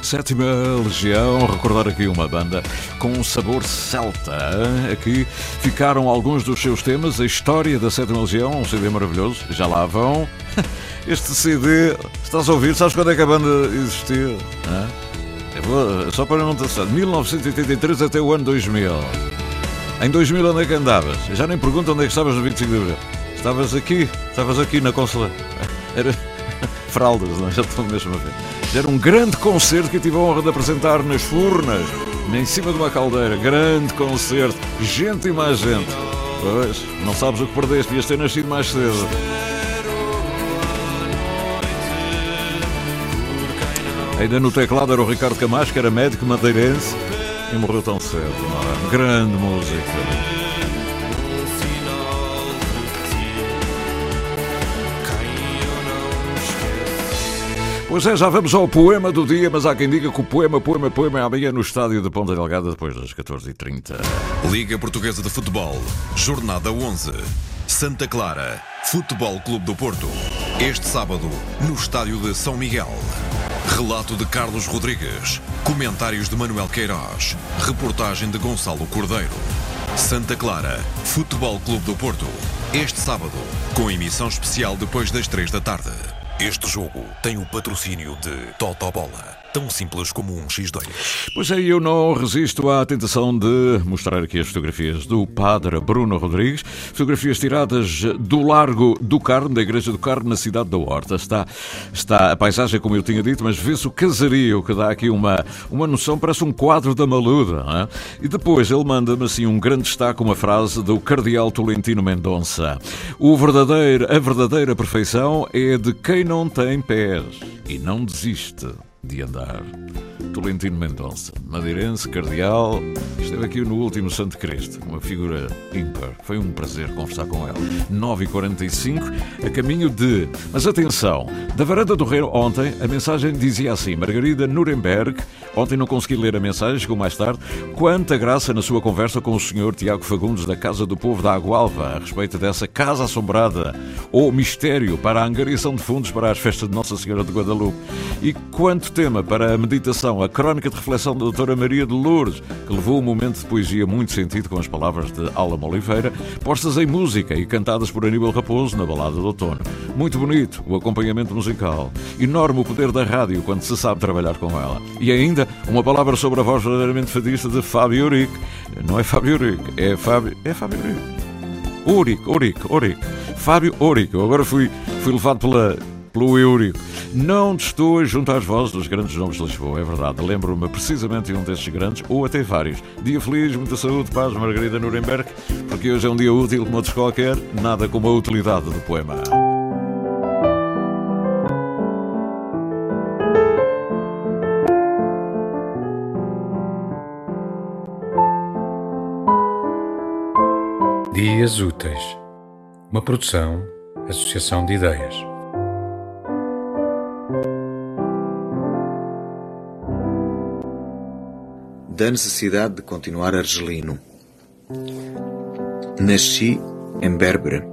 Sétima Legião, recordar aqui uma banda com um sabor celta. Aqui ficaram alguns dos seus temas, a história da Sétima Legião, um C D maravilhoso, já lá vão. Este C D, estás a ouvir, sabes quando é que a banda existiu? É só para não te assar, de mil novecentos e oitenta e três até o ano dois mil. Em dois mil onde é que andavas? Já nem pergunto onde é que estavas no vinte e cinco de abril. Estavas aqui, estavas aqui na Consola. Era fraldas, não? Já estou mesmo a ver. Era um grande concerto que eu tive a honra de apresentar nas Furnas, em cima de uma caldeira. Grande concerto, gente e mais gente. Pois, não sabes o que perdeste, devias ter nascido mais cedo. Ainda no teclado era o Ricardo Camacho, que era médico madeirense e morreu tão cedo. Não é? Grande música. Pois é, já vamos ao poema do dia, mas há quem diga que o poema, poema, poema é amanhã no estádio de Ponta Delgada depois das catorze e trinta. Liga Portuguesa de Futebol, Jornada onze. Santa Clara, Futebol Clube do Porto. Este sábado, no estádio de São Miguel. Relato de Carlos Rodrigues. Comentários de Manuel Queiroz. Reportagem de Gonçalo Cordeiro. Santa Clara, Futebol Clube do Porto. Este sábado, com emissão especial depois das três da tarde. Este jogo tem o patrocínio de Totobola, tão simples como um xis dois. Pois é, eu não resisto à tentação de mostrar aqui as fotografias do padre Bruno Rodrigues, fotografias tiradas do Largo do Carmo, da Igreja do Carmo, na cidade da Horta. Está, está a paisagem, como eu tinha dito, mas vê-se o casario, que dá aqui uma, uma noção, parece um quadro da Maluda, não é? E depois ele manda-me assim um grande destaque, uma frase do cardeal Tolentino Mendonça. O verdadeiro, a verdadeira perfeição é de quem não tem pés e não desiste de andar. Tolentino Mendonça, madeirense, cardeal, esteve aqui no último Santo Cristo, uma figura ímpar. Foi um prazer conversar com ele. nove e quarenta e cinco, a caminho de... Mas atenção, da varanda do Reino ontem, a mensagem dizia assim: Margarida Nuremberg, ontem não consegui ler a mensagem, chegou mais tarde, quanta graça na sua conversa com o senhor Tiago Fagundes da Casa do Povo da Agualva, a respeito dessa casa assombrada, ou mistério para a angariação de fundos para as festas de Nossa Senhora de Guadalupe. E quanto tema para a meditação, a crónica de reflexão da doutora Maria de Lourdes, que levou um momento de poesia muito sentido com as palavras de Álamo Oliveira, postas em música e cantadas por Aníbal Raposo na Balada do Outono. Muito bonito o acompanhamento musical. Enorme o poder da rádio quando se sabe trabalhar com ela. E ainda uma palavra sobre a voz verdadeiramente fadista de Fábio Eurico. Não é Fábio Eurico, é Fábio... É Fábio Eurico. Eurico, Eurico, Eurico. Fábio Eurico. Agora fui, fui levado pela... pelo Eurico. Não estou junto às vozes dos grandes nomes de Lisboa, é verdade. Lembro-me precisamente de um desses grandes, ou até vários. Dia feliz, muita saúde, paz, Margarida Nuremberg, porque hoje é um dia útil como outros qualquer, nada como a utilidade do poema. Dias Úteis, uma produção, associação de ideias. Da necessidade de continuar argelino. Nasci em Berbera.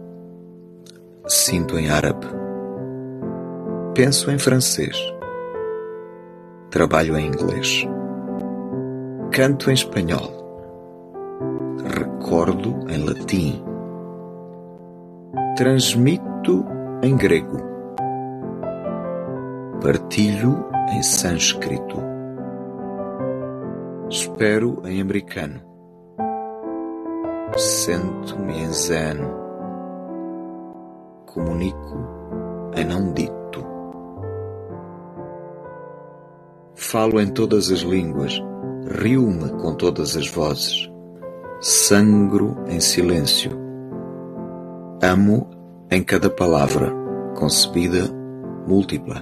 Sinto em árabe. Penso em francês. Trabalho em inglês. Canto em espanhol. Recordo em latim. Transmito em grego. Partilho em sânscrito. Espero em americano. Sento-me em zen. Comunico em não dito. Falo em todas as línguas. Rio-me com todas as vozes. Sangro em silêncio. Amo em cada palavra, concebida múltipla.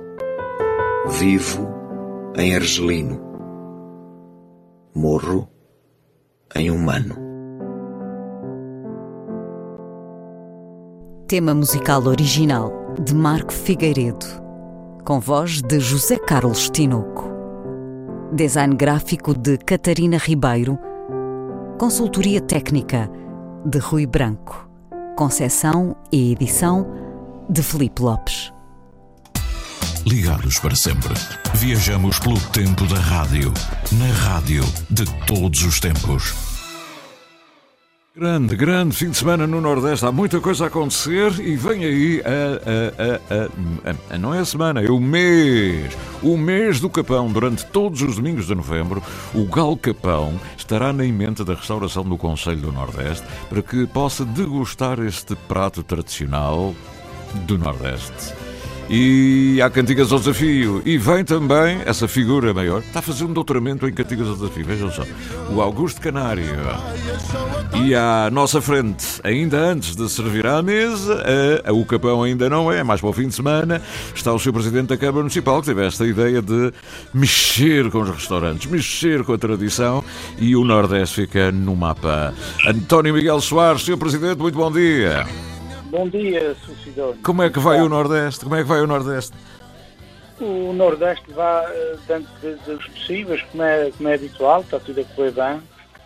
Vivo em argelino. Morro em humano. Tema musical original de Marco Figueiredo, com voz de José Carlos Tinoco. Design gráfico de Catarina Ribeiro. Consultoria técnica de Rui Branco. Conceção e edição de Filipe Lopes. ligados para sempre. Viajamos pelo tempo da rádio, na rádio de todos os tempos. Grande, grande fim de semana no Nordeste, há muita coisa a acontecer e vem aí a, a, a, a, a não é a semana, é o mês, o mês do Capão. Durante todos os domingos de novembro, o Galo Capão estará na emenda da restauração do Conselho do Nordeste para que possa degustar este prato tradicional do Nordeste. E há Cantigas ao Desafio. E vem também essa figura maior. Está a fazer um doutoramento em Cantigas ao Desafio. Vejam só. O Augusto Canário. E à nossa frente, ainda antes de servir à mesa, a, a, o Capão ainda não é, mais para o fim de semana, está o seu Presidente da Câmara Municipal, que teve esta ideia de mexer com os restaurantes, mexer com a tradição, e o Nordeste fica no mapa. António Miguel Soares, senhor Presidente, muito bom dia. Bom dia, Sucidor. Como é que vai o Nordeste? Como é que vai o Nordeste? O Nordeste vai dentro dos possíveis, como é, como é habitual, está tudo a correr bem.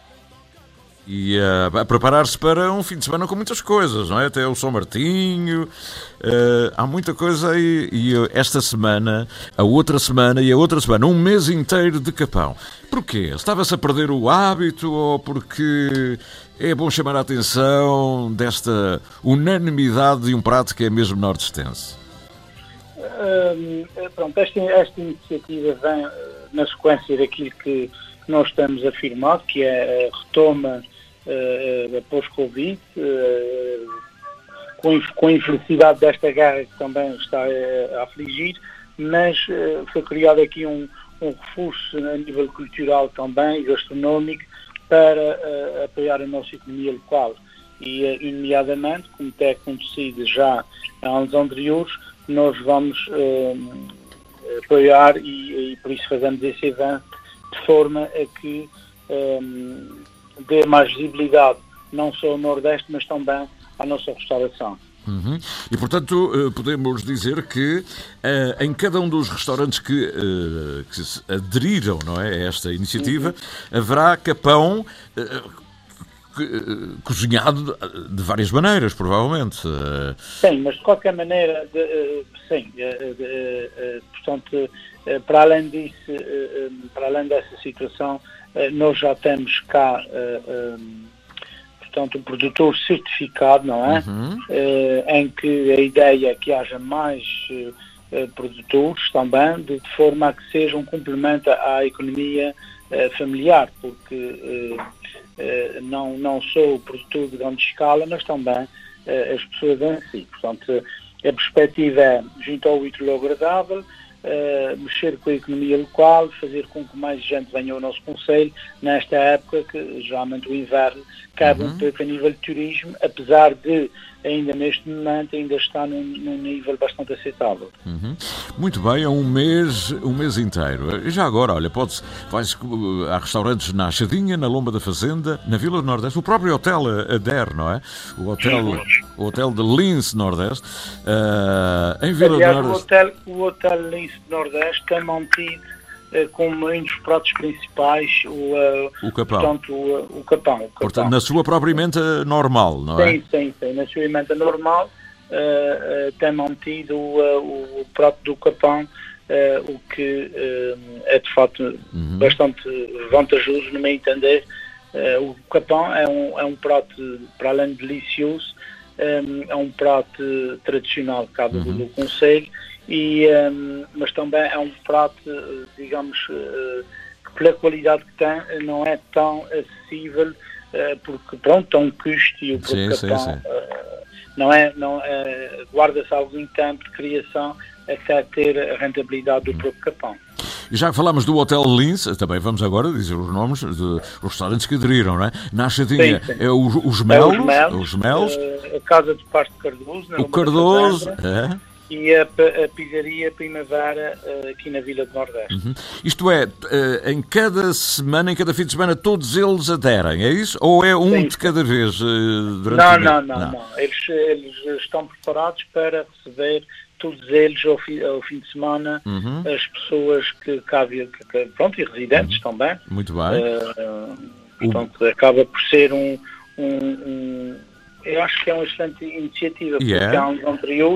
E uh, a preparar-se para um fim de semana com muitas coisas, não é? Até o São Martinho, uh, há muita coisa aí. E uh, esta semana, a outra semana e a outra semana, um mês inteiro de Capão. Porquê? Estava-se a perder o hábito ou porque é bom chamar a atenção desta unanimidade de um prato que é mesmo nordestense? Uh, pronto, esta, esta iniciativa vem na sequência daquilo que nós estamos a afirmar, que é a retoma uh, após Covid, uh, com, com a infelicidade desta guerra que também está uh, a afligir, mas uh, foi criado aqui um, um reforço a nível cultural também e gastronómico para uh, apoiar a nossa economia local. E, uh, nomeadamente, como tem acontecido já há anos anteriores, nós vamos uh, apoiar e, e por isso fazemos esse evento de forma a que um, dê mais visibilidade não só ao Nordeste, mas também à nossa restauração. Uhum. E, portanto, podemos dizer que uh, em cada um dos restaurantes que, uh, que se aderiram, não é, a esta iniciativa, uhum, haverá capão uh, uh, cozinhado de várias maneiras, provavelmente. Uh... Sim, mas de qualquer maneira, de, uh, sim, uh, de, uh, portanto, uh, para além disso, uh, uh, para além dessa situação, uh, nós já temos cá uh, um, portanto, um produtor certificado, não é? Uhum. Uh, em que a ideia é que haja mais uh, produtores também, de, de forma a que seja um complemento à economia uh, familiar, porque uh, uh, não, não sou produtor de grande escala, mas também uh, as pessoas em si. Portanto, a perspectiva é, junto ao útil ao agradável, Uh, mexer com a economia local, fazer com que mais gente venha ao nosso concelho nesta época que geralmente o inverno cabe uhum. um pouco a nível de turismo, apesar de ainda neste momento ainda estar num, num nível bastante aceitável. Uhum. Muito bem, é um mês, um mês inteiro. Já agora, olha, pode-se, vai-se, há restaurantes na Achadinha, na Lomba da Fazenda, na Vila do Nordeste, o próprio hotel Ader, não é? O hotel, o hotel de Lince Nordeste, uh, em Vila Aliás, do Nordeste. O hotel, o hotel Lince Nordeste tem mantido como um dos pratos principais o, uh, o capão. Portanto, o, o, capão, o capão. Portanto, na sua própria emenda normal, não é? Sim, sim, sim. Na sua emenda normal uh, uh, tem mantido uh, o prato do capão, uh, o que uh, é de facto uhum. bastante vantajoso, no meu entender. Uh, o capão é um, é um prato, para além de delicioso, um, é um prato tradicional cá do, uhum. do concelho. E, um, mas também é um prato, digamos, uh, que pela qualidade que tem não é tão acessível, uh, porque pronto, tem um custo e o próprio sim, capão sim, sim. Uh, não é, não é, guarda-se algum tempo de criação até ter a rentabilidade do hum. próprio capão. E já que falámos do Hotel Lince, também vamos agora dizer os nomes dos restaurantes que aderiram, não é? Na Achadinha sim, sim. é os, os Melos, é os Melos, os Melos. Uh, a Casa de Pasto de Cardoso, na o Cardoso, é. E a, a pizzaria Primavera uh, aqui na Vila do Nordeste. Uhum. Isto é, uh, em cada semana, em cada fim de semana, todos eles aderem, é isso? Ou é um sim. de cada vez uh, durante não, o mês? Não, não, não, não. Eles, eles estão preparados para receber todos eles ao fim, ao fim de semana, uhum. as pessoas que cabem, que, pronto, e residentes uhum. também. Muito bem. Uh, portanto, o... acaba por ser um, um, um... Eu acho que é uma excelente iniciativa, yeah. porque há uns anteriores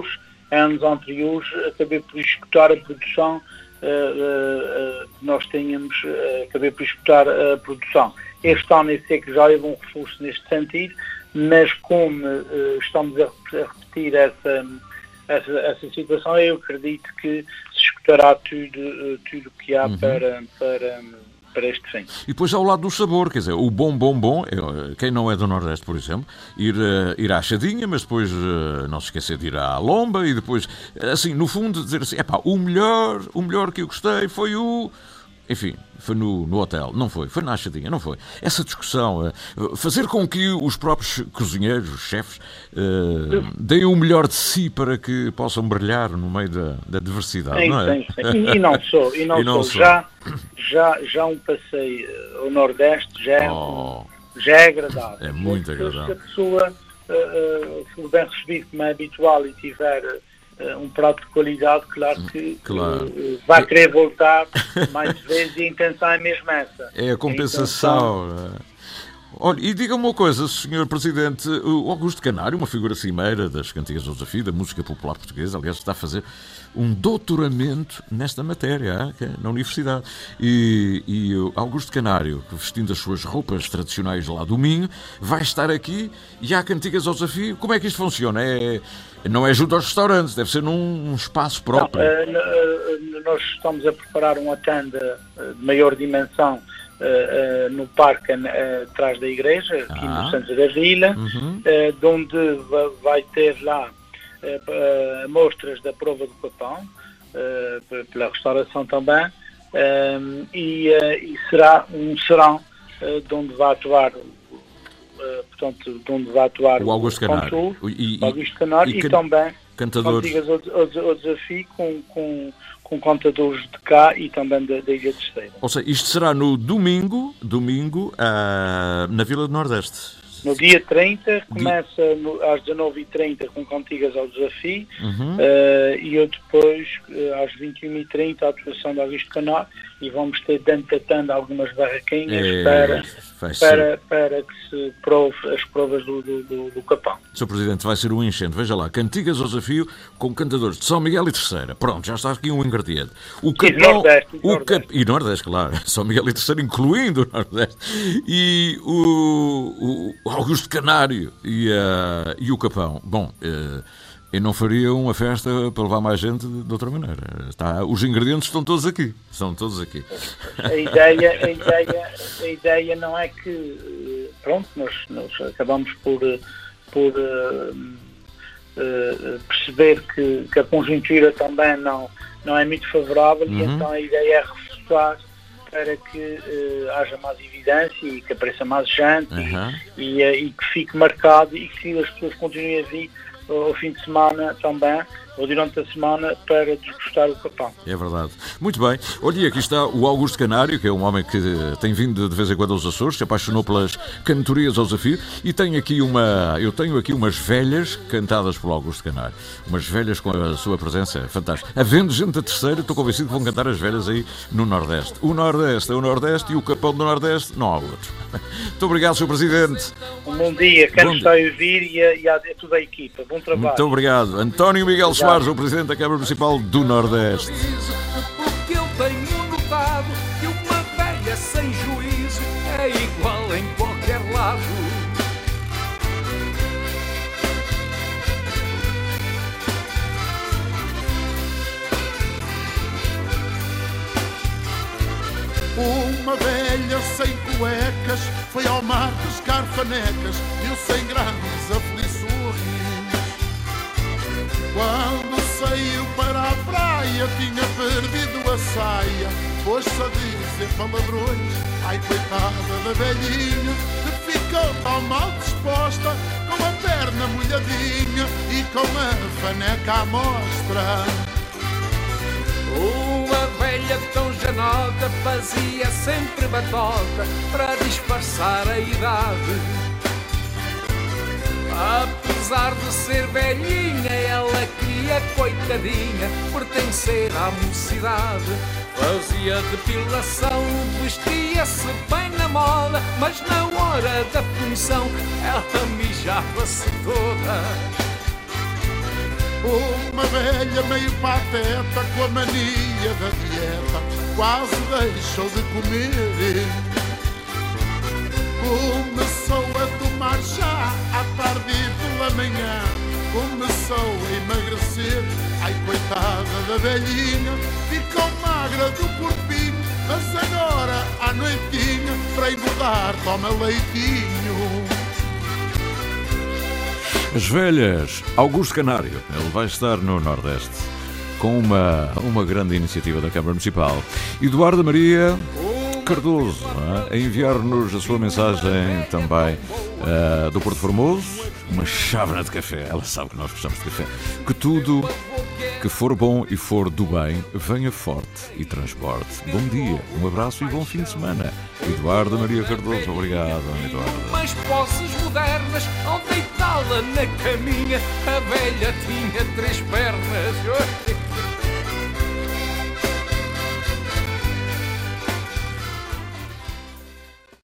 anos anteriores, acabei por executar a produção, uh, uh, uh, nós tínhamos, uh, acabei por executar a produção. Este ano eu sei que já houve um reforço neste sentido, mas como uh, estamos a, a repetir essa, essa, essa situação, eu acredito que se executará tudo o tudo que há uhum. para... para para este fim. E depois ao lado do sabor, quer dizer, o bom, bom, bom, quem não é do Nordeste, por exemplo, ir, ir à Chadinha, mas depois não se esquecer de ir à Lomba e depois, assim, no fundo, dizer assim, epá, o melhor, o melhor que eu gostei foi o... Enfim, foi no, no hotel, não foi, foi na Chadinha, não foi. Essa discussão, fazer com que os próprios cozinheiros, os chefes, uh, deem o melhor de si para que possam brilhar no meio da, da diversidade, sim, não é? Sim, sim. E, e não sou, e não, e não sou. sou. Já, já, já um passeio ao Nordeste já é, oh, já é agradável. É muito agradável. Se a pessoa uh, for bem recebido, como é habitual, e tiver... Uh, um prato de qualidade, claro que claro. Uh, vai querer voltar mais vezes e a intenção é mesmo essa. É a compensação. A intenção... Olha, e diga-me uma coisa, senhor Presidente, o Augusto Canário, uma figura cimeira das cantigas do desafio, da música popular portuguesa, aliás, está a fazer um doutoramento nesta matéria, hein, na Universidade. E, e o Augusto Canário, vestindo as suas roupas tradicionais lá do Minho, vai estar aqui e há cantigas ao desafio. Como é que isto funciona? É... Não é junto aos restaurantes, deve ser num um espaço próprio. Não, uh, uh, nós estamos a preparar uma tenda uh, de maior dimensão uh, uh, no parque uh, atrás da igreja, aqui ah. no centro da vila, uhum. uh, de onde vai ter lá uh, uh, amostras da prova do papão, uh, pela restauração também, uh, e, uh, e será um serão uh, de onde vai atuar... Uh, portanto, de onde vai atuar o Augusto Canário, Consul, e, e, Augusto Canário e, e, e também cantadores cantigas ao, ao, ao desafio com, com, com cantadores de cá e também da, da Ilha Terceira. Ou seja, isto será no domingo, domingo uh, na Vila do Nordeste. No dia trinta, começa no, às dezanove e trinta com cantigas ao desafio, uhum. uh, e eu depois, uh, às vinte e uma e trinta, a atuação do Augusto Canário, e vamos ter dentro da tenda algumas barraquinhas é, para, para, para que se prove as provas do, do, do, do capão. senhor Presidente, vai ser um enchente. Veja lá, cantigas ao desafio com cantadores de São Miguel e Terceira. Pronto, já está aqui um ingrediente. O capão, e Nordeste. E o Nordeste. Cap, e Nordeste, claro. São Miguel e Terceira, incluindo o Nordeste. E o, o Augusto Canário e, uh, e o capão. Bom... Uh, eu não faria uma festa para levar mais gente de outra maneira. Está, os ingredientes estão todos aqui. Estão todos aqui. A ideia, a ideia, a ideia não é que... Pronto, nós, nós acabamos por, por uh, uh, perceber que, que a conjuntura também não, não é muito favorável, uhum. e então a ideia é reforçar para que uh, haja mais evidência e que apareça mais gente, uhum. e, e, e que fique marcado e que as pessoas continuem a vir ao fim de semana também, ou durante a semana, para degustar o capão. É verdade. Muito bem. Olha, aqui está o Augusto Canário, que é um homem que tem vindo de vez em quando aos Açores, se apaixonou pelas cantorias ao desafio, e tem aqui uma, eu tenho aqui umas velhas cantadas pelo Augusto Canário. Umas velhas com a sua presença fantástica. Havendo gente da Terceira, estou convencido que vão cantar as velhas aí no Nordeste. O Nordeste é o Nordeste e o capão do Nordeste não há outro. Muito obrigado, senhor Presidente. Um bom dia. Quero estar a ouvir e a, e a, a toda a equipa. Bom trabalho. Muito obrigado. António Miguel obrigado. Soares, o Presidente da Câmara Municipal do Nordeste. Porque eu tenho notado que uma velha sem juízo é igual em qualquer lado. Uma velha sem cuecas foi ao mar pescar fanecas, viu sem grandes aflições. Quando saiu para a praia tinha perdido a saia, pôs-se a dizer palavrões. Ai, coitada da velhinha, que ficou tão mal disposta, com a perna molhadinha e com a faneca à mostra. Uma velha tão janota fazia sempre batota para disfarçar a idade. Apesar de ser velhinha, ela queria, coitadinha, pertencer à mocidade. Fazia depilação, vestia-se bem na moda, mas na hora da função ela mijava-se toda. Uma velha meio pateta com a mania da dieta, quase deixou de comer. Começou a tomar chá à tarde e pela manhã, começou a emagrecer. Ai, coitada da velhinha, ficou magra do corpinho, mas agora à noitinha, para engordar, toma leitinho. As velhas, Augusto Canário, ele vai estar no Nordeste com uma, uma grande iniciativa da Câmara Municipal. Eduardo Maria Cardoso, a enviar-nos a sua mensagem também uh, do Porto Formoso, uma chávena de café. Ela sabe que nós gostamos de café. Que tudo que for bom e for do bem, venha forte e transporte. Bom dia, um abraço e bom fim de semana. Eduardo Maria Cardoso, obrigado, Eduardo. Mas posses modernas, ao deitá-la na caminha, a velha tinha três pernas.